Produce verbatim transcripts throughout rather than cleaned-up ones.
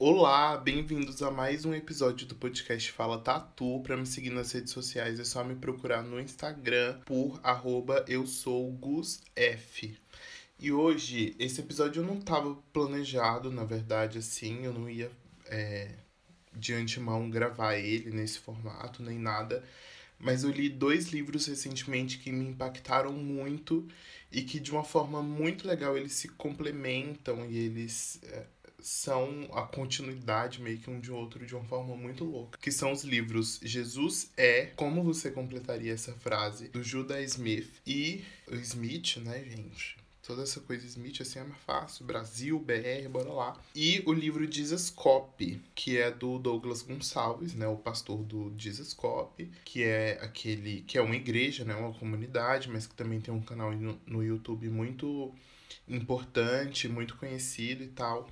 Olá, bem-vindos a mais um episódio do podcast Fala Tatu. Para me seguir nas redes sociais é só me procurar no Instagram por arroba eu sou gusf. E hoje, esse episódio eu não estava planejado, na verdade, assim, eu não ia é, de antemão gravar ele nesse formato, nem nada. Mas eu li dois livros recentemente que me impactaram muito e que de uma forma muito legal eles se complementam e eles é, são a continuidade meio que um de outro de uma forma muito louca. Que são os livros Jesus é, Como Você Completaria Essa Frase, do Judah Smith e o Smith, né, gente? Toda essa coisa Smith assim é mais fácil. Brasil, B R, bora lá. E o livro Jesus Cop, que é do Douglas Gonçalves, né? O pastor do Jesus Cop, que é aquele. Que é uma igreja, né? Uma comunidade, mas que também tem um canal no, no YouTube muito importante, muito conhecido e tal.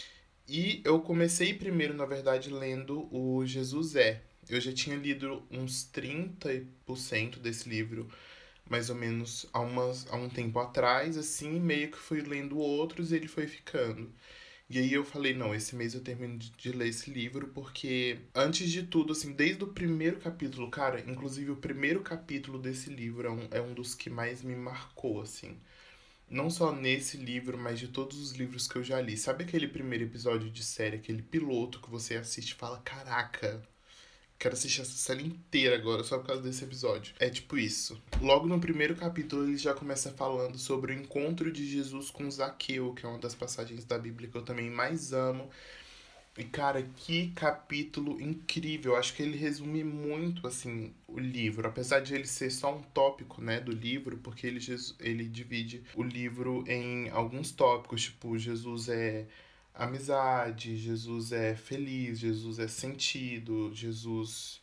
E eu comecei primeiro, na verdade, lendo o Jesus é. Eu já tinha lido uns trinta por cento desse livro mais ou menos há, umas, há um tempo atrás, assim, meio que fui lendo outros e ele foi ficando. E aí eu falei, não, esse mês eu termino de, de ler esse livro, porque antes de tudo, assim, desde o primeiro capítulo, cara, inclusive o primeiro capítulo desse livro é um, é um dos que mais me marcou, assim. Não só nesse livro, mas de todos os livros que eu já li. Sabe aquele primeiro episódio de série, aquele piloto que você assiste e fala, caraca, quero assistir essa série inteira agora, só por causa desse episódio. É tipo isso. Logo no primeiro capítulo, ele já começa falando sobre o encontro de Jesus com Zaqueu, que é uma das passagens da Bíblia que eu também mais amo. E, cara, que capítulo incrível. Acho que ele resume muito, assim, o livro. Apesar de ele ser só um tópico, né, do livro, porque ele, ele divide o livro em alguns tópicos. Tipo, Jesus é amizade, Jesus é feliz, Jesus é sentido, Jesus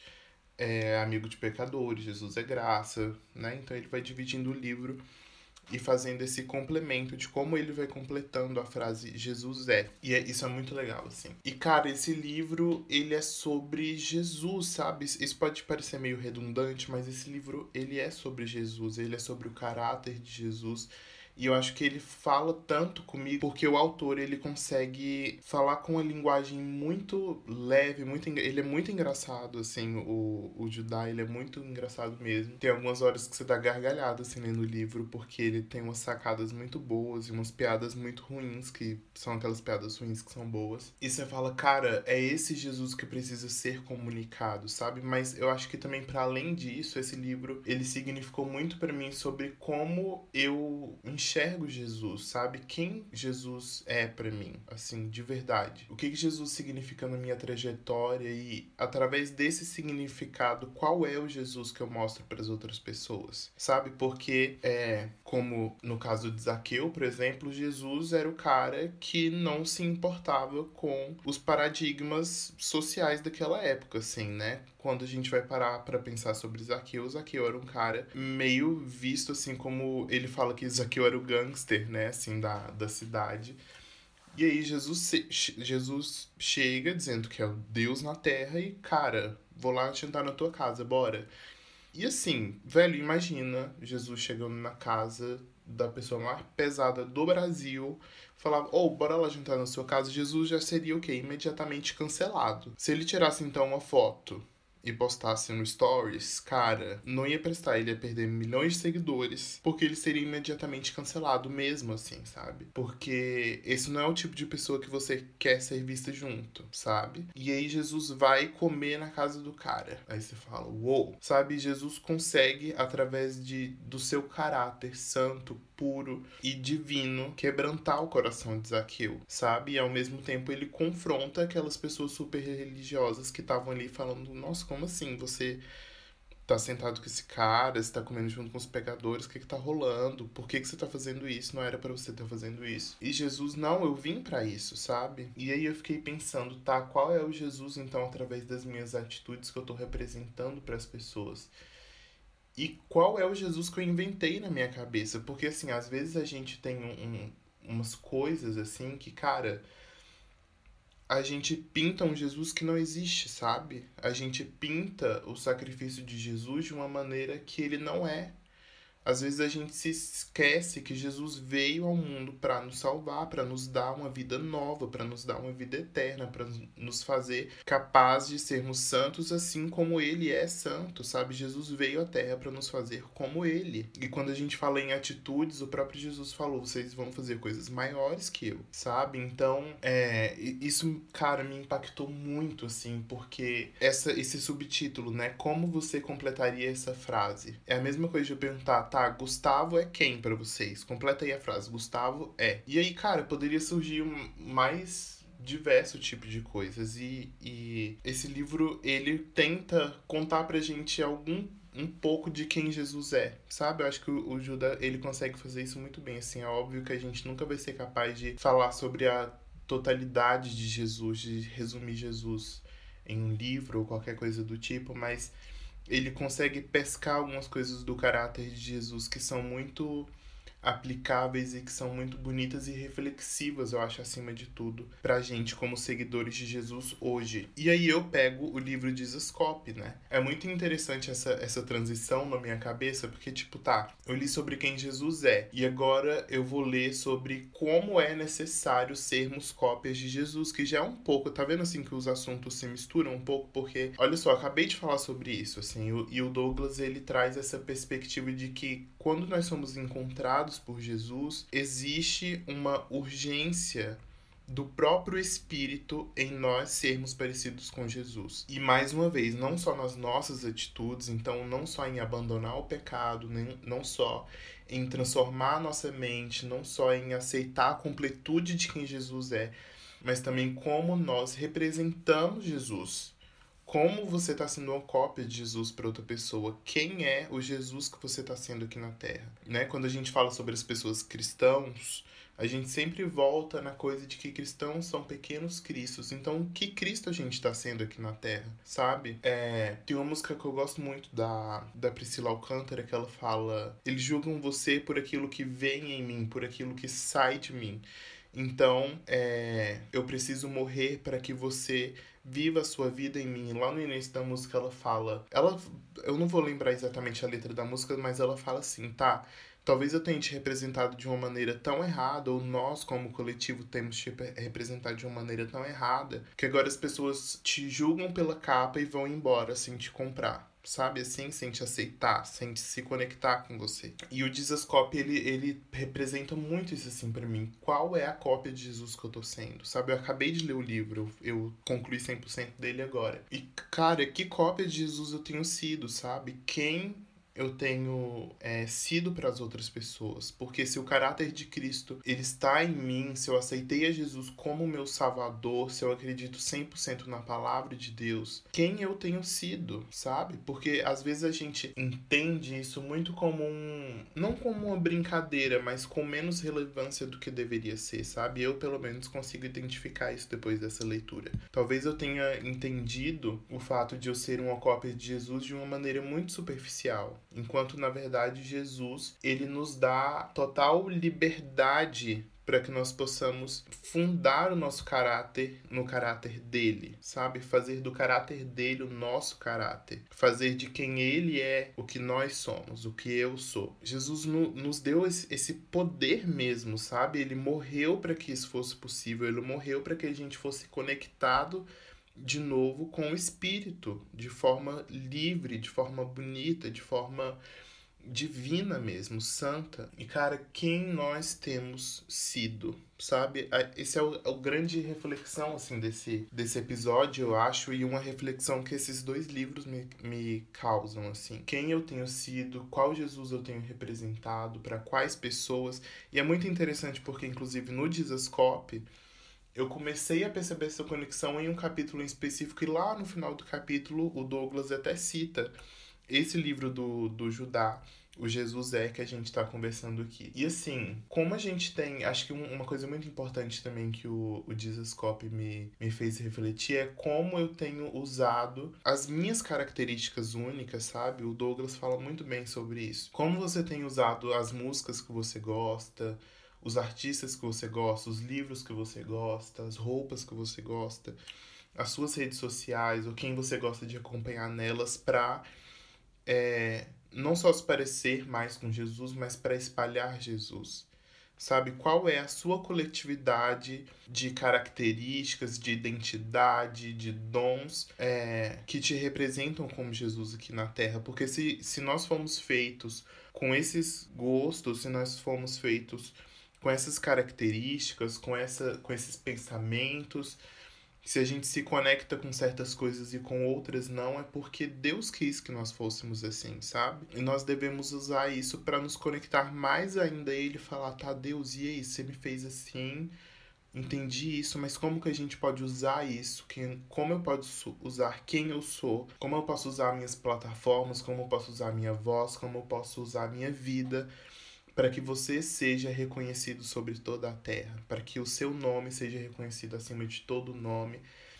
é amigo de pecadores, Jesus é graça, né? Então ele vai dividindo o livro e fazendo esse complemento de como ele vai completando a frase Jesus é. E é, isso é muito legal, assim. E, cara, esse livro, ele é sobre Jesus, sabe? Isso pode parecer meio redundante, mas esse livro, ele é sobre Jesus, ele é sobre o caráter de Jesus. E eu acho que ele fala tanto comigo porque o autor, ele consegue falar com uma linguagem muito leve, muito ele é muito engraçado, assim, o, o Judá, ele é muito engraçado mesmo. Tem algumas horas que você dá gargalhada, assim, lendo o livro, porque ele tem umas sacadas muito boas e umas piadas muito ruins, que são aquelas piadas ruins que são boas. E você fala, cara, é esse Jesus que precisa ser comunicado, sabe? Mas eu acho que também, para além disso, esse livro, ele significou muito para mim sobre como eu enxergo Jesus, sabe? Quem Jesus é para mim, assim, de verdade. O que, que Jesus significa na minha trajetória e, através desse significado, qual é o Jesus que eu mostro para as outras pessoas, sabe? Porque, é, como no caso de Zaqueu, por exemplo, Jesus era o cara que não se importava com os paradigmas sociais daquela época, assim, né? Quando a gente vai parar para pensar sobre Zaqueu, Zaqueu era um cara meio visto, assim, como ele fala que Zaqueu era o gangster, né, assim, da, da cidade. E aí Jesus, Jesus chega dizendo que é o Deus na Terra e, cara, vou lá jantar na tua casa, bora. E assim, velho, imagina Jesus chegando na casa da pessoa mais pesada do Brasil, falava, ô, oh, bora lá jantar na sua casa, Jesus já seria o quê? Imediatamente cancelado. Se ele tirasse então uma foto e postasse no Stories, cara, não ia prestar, ele ia perder milhões de seguidores, porque ele seria imediatamente cancelado mesmo assim, sabe? Porque esse não é o tipo de pessoa que você quer ser vista junto, sabe? E aí Jesus vai comer na casa do cara. Aí você fala, uou, wow. Sabe? Jesus consegue, através de, do seu caráter santo, puro e divino, quebrantar o coração de Zaqueu, sabe? E ao mesmo tempo ele confronta aquelas pessoas super religiosas que estavam ali falando, nossa, como assim? Você tá sentado com esse cara, você tá comendo junto com os pecadores, o que que tá rolando? Por que que você tá fazendo isso? Não era pra você estar tá fazendo isso. E Jesus, não, eu vim para isso, sabe? E aí eu fiquei pensando, tá, qual é o Jesus, então, através das minhas atitudes que eu tô representando para as pessoas? E qual é o Jesus que eu inventei na minha cabeça? Porque, assim, às vezes a gente tem um, um, umas coisas, assim, que, cara, a gente pinta um Jesus que não existe, sabe? A gente pinta o sacrifício de Jesus de uma maneira que ele não é. Às vezes a gente se esquece que Jesus veio ao mundo para nos salvar, para nos dar uma vida nova, para nos dar uma vida eterna, para nos fazer capazes de sermos santos assim como ele é santo, sabe? Jesus veio à Terra para nos fazer como ele. E quando a gente fala em atitudes, o próprio Jesus falou: vocês vão fazer coisas maiores que eu, sabe? Então, é, isso, cara, me impactou muito, assim, porque essa, esse subtítulo, né? Como você completaria essa frase? É a mesma coisa de eu perguntar: tá, Gustavo é quem pra vocês? Completa aí a frase, Gustavo é. E aí, cara, poderia surgir um, mais diverso tipo de coisas. E, e esse livro, ele tenta contar pra gente algum um pouco de quem Jesus é, sabe? Eu acho que o, o Judas, ele consegue fazer isso muito bem, assim. É óbvio que a gente nunca vai ser capaz de falar sobre a totalidade de Jesus, de resumir Jesus em um livro ou qualquer coisa do tipo, mas ele consegue pescar algumas coisas do caráter de Jesus que são muito aplicáveis e que são muito bonitas e reflexivas, eu acho, acima de tudo, pra gente como seguidores de Jesus hoje. E aí eu pego o livro de Zascope, né? É muito interessante essa, essa transição na minha cabeça, porque, tipo, tá, eu li sobre quem Jesus é, e agora eu vou ler sobre como é necessário sermos cópias de Jesus, que já é um pouco, tá vendo, assim, que os assuntos se misturam um pouco, porque, olha só, eu acabei de falar sobre isso, assim, e o Douglas, ele traz essa perspectiva de que quando nós somos encontrados por Jesus, existe uma urgência do próprio Espírito em nós sermos parecidos com Jesus. E mais uma vez, não só nas nossas atitudes, então não só em abandonar o pecado, nem, não só em transformar a nossa mente, não só em aceitar a completude de quem Jesus é, mas também como nós representamos Jesus. Como você está sendo uma cópia de Jesus para outra pessoa? Quem é o Jesus que você está sendo aqui na Terra? Né? Quando a gente fala sobre as pessoas cristãos, a gente sempre volta na coisa de que cristãos são pequenos cristos. Então, que Cristo a gente está sendo aqui na Terra, sabe? É, tem uma música que eu gosto muito da, da Priscila Alcântara, que ela fala: eles julgam você por aquilo que vem em mim, por aquilo que sai de mim. Então, é, eu preciso morrer para que você viva a sua vida em mim. Lá no início da música ela fala... Ela, eu não vou lembrar exatamente a letra da música, mas ela fala assim, tá... Talvez eu tenha te representado de uma maneira tão errada, ou nós, como coletivo, temos te representado de uma maneira tão errada, que agora as pessoas te julgam pela capa e vão embora sem te comprar. Sabe, assim, sem te aceitar, sem se conectar com você. E o Jesus Copy, ele, ele representa muito isso, assim, pra mim. Qual é a cópia de Jesus que eu tô sendo? Sabe, eu acabei de ler o livro, eu concluí cem por cento dele agora. E, cara, que cópia de Jesus eu tenho sido, sabe? Quem eu tenho é, sido para as outras pessoas. Porque se o caráter de Cristo ele está em mim, se eu aceitei a Jesus como meu salvador, se eu acredito cem por cento na palavra de Deus, quem eu tenho sido, sabe? Porque às vezes a gente entende isso muito como um... não como uma brincadeira, mas com menos relevância do que deveria ser, sabe? Eu, pelo menos, consigo identificar isso depois dessa leitura. Talvez eu tenha entendido o fato de eu ser uma cópia de Jesus de uma maneira muito superficial. Enquanto, na verdade, Jesus, ele nos dá total liberdade para que nós possamos fundar o nosso caráter no caráter dele, sabe? Fazer do caráter dele o nosso caráter. Fazer de quem ele é o que nós somos, o que eu sou. Jesus no, nos deu esse, esse poder mesmo, sabe? Ele morreu para que isso fosse possível. Ele morreu para que a gente fosse conectado de novo com o Espírito, de forma livre, de forma bonita, de forma divina mesmo, santa. E, cara, quem nós temos sido, sabe? Esse é o, é o grande reflexão, assim, desse, desse episódio, eu acho, e uma reflexão que esses dois livros me, me causam, assim. Quem eu tenho sido, qual Jesus eu tenho representado, para quais pessoas. E é muito interessante porque, inclusive, no Dizascope, eu comecei a perceber essa conexão em um capítulo em específico, e lá no final do capítulo o Douglas até cita esse livro do, do Judá, o Jesus é, que a gente tá conversando aqui. E assim, como a gente tem... Acho que uma coisa muito importante também que o, o Jesus Copy me, me fez refletir é como eu tenho usado as minhas características únicas, sabe? O Douglas fala muito bem sobre isso. Como você tem usado as músicas que você gosta, os artistas que você gosta, os livros que você gosta, as roupas que você gosta, as suas redes sociais, ou quem você gosta de acompanhar nelas pra... É, não só se parecer mais com Jesus, mas para espalhar Jesus. Sabe, qual é a sua coletividade de características, de identidade, de dons é, que te representam como Jesus aqui na Terra? Porque se, se nós fomos feitos com esses gostos, se nós fomos feitos com essas características, com, essa, com esses pensamentos, se a gente se conecta com certas coisas e com outras não, é porque Deus quis que nós fôssemos assim, sabe? E nós devemos usar isso para nos conectar mais ainda a Ele e falar, tá, Deus, e aí, você me fez assim, entendi isso, mas como que a gente pode usar isso? Quem, como eu posso usar quem eu sou? Como eu posso usar minhas plataformas? Como eu posso usar minha voz? Como eu posso usar minha vida? Para que você seja reconhecido sobre toda a terra, para que o seu nome seja reconhecido acima de todo nome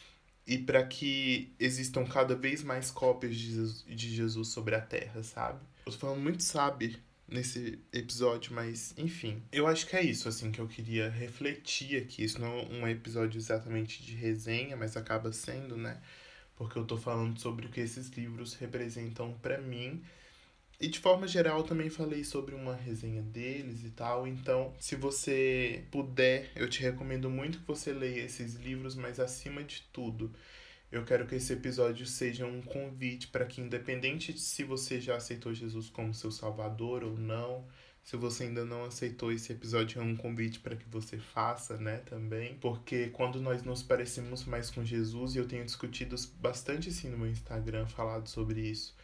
e para que existam cada vez mais cópias de Jesus sobre a terra, sabe? Eu tô falando muito sabe nesse episódio, mas enfim. Eu acho que é isso, assim, que eu queria refletir aqui. Isso não é um episódio exatamente de resenha, mas acaba sendo, né? Porque eu tô falando sobre o que esses livros representam para mim. E de forma geral, eu também falei sobre uma resenha deles e tal. Então, se você puder, eu te recomendo muito que você leia esses livros, mas acima de tudo, eu quero que esse episódio seja um convite para que, independente de se você já aceitou Jesus como seu salvador ou não, se você ainda não aceitou, esse episódio é um convite para que você faça, né, também. Porque quando nós nos parecemos mais com Jesus, e eu tenho discutido bastante assim no meu Instagram, falado sobre isso,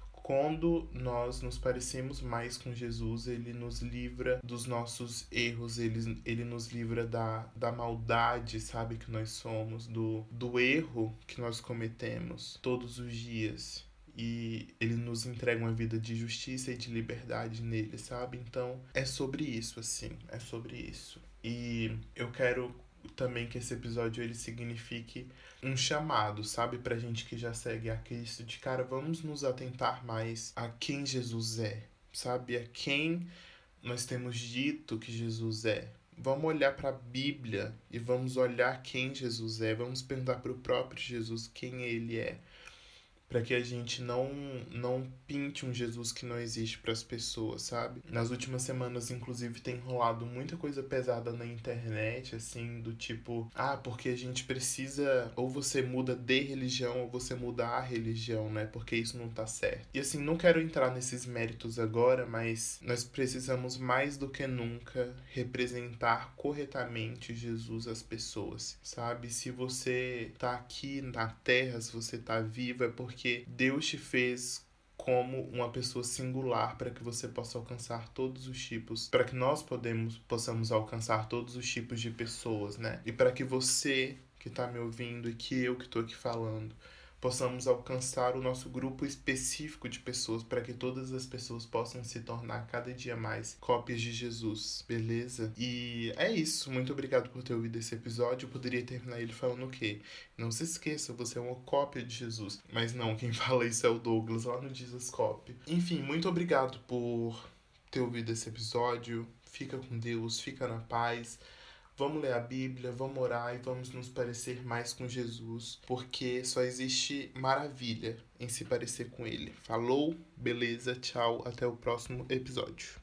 quando nós nos parecemos mais com Jesus, ele nos livra dos nossos erros, ele, ele nos livra da, da maldade, sabe, que nós somos, do, do erro que nós cometemos todos os dias. E ele nos entrega uma vida de justiça e de liberdade nele, sabe? Então, é sobre isso, assim, é sobre isso. E eu quero também que esse episódio ele signifique um chamado, sabe, pra gente que já segue a Cristo, de cara, vamos nos atentar mais a quem Jesus é, sabe, a quem nós temos dito que Jesus é. Vamos olhar para a Bíblia e vamos olhar quem Jesus é, vamos perguntar para o próprio Jesus quem ele é, para que a gente não não pinte um Jesus que não existe para as pessoas, sabe? Nas últimas semanas, inclusive, tem rolado muita coisa pesada na internet, assim, do tipo, ah, porque a gente precisa, ou você muda de religião, ou você muda a religião, né? Porque isso não tá certo. E assim, não quero entrar nesses méritos agora, mas nós precisamos mais do que nunca representar corretamente Jesus às pessoas, sabe? Se você tá aqui na Terra, se você tá vivo, é porque porque Deus te fez como uma pessoa singular para que você possa alcançar todos os tipos, para que nós podemos, possamos alcançar todos os tipos de pessoas, né? E para que você que está me ouvindo e que eu que estou aqui falando, possamos alcançar o nosso grupo específico de pessoas, para que todas as pessoas possam se tornar cada dia mais cópias de Jesus, beleza? E é isso, muito obrigado por ter ouvido esse episódio. Eu poderia terminar ele falando o quê? Não se esqueça, você é uma cópia de Jesus. Mas não, quem fala isso é o Douglas, lá no Jesus Copy. Enfim, muito obrigado por ter ouvido esse episódio. Fica com Deus, fica na paz. Vamos ler a Bíblia, vamos orar e vamos nos parecer mais com Jesus, porque só existe maravilha em se parecer com Ele. Falou, beleza, tchau, até o próximo episódio.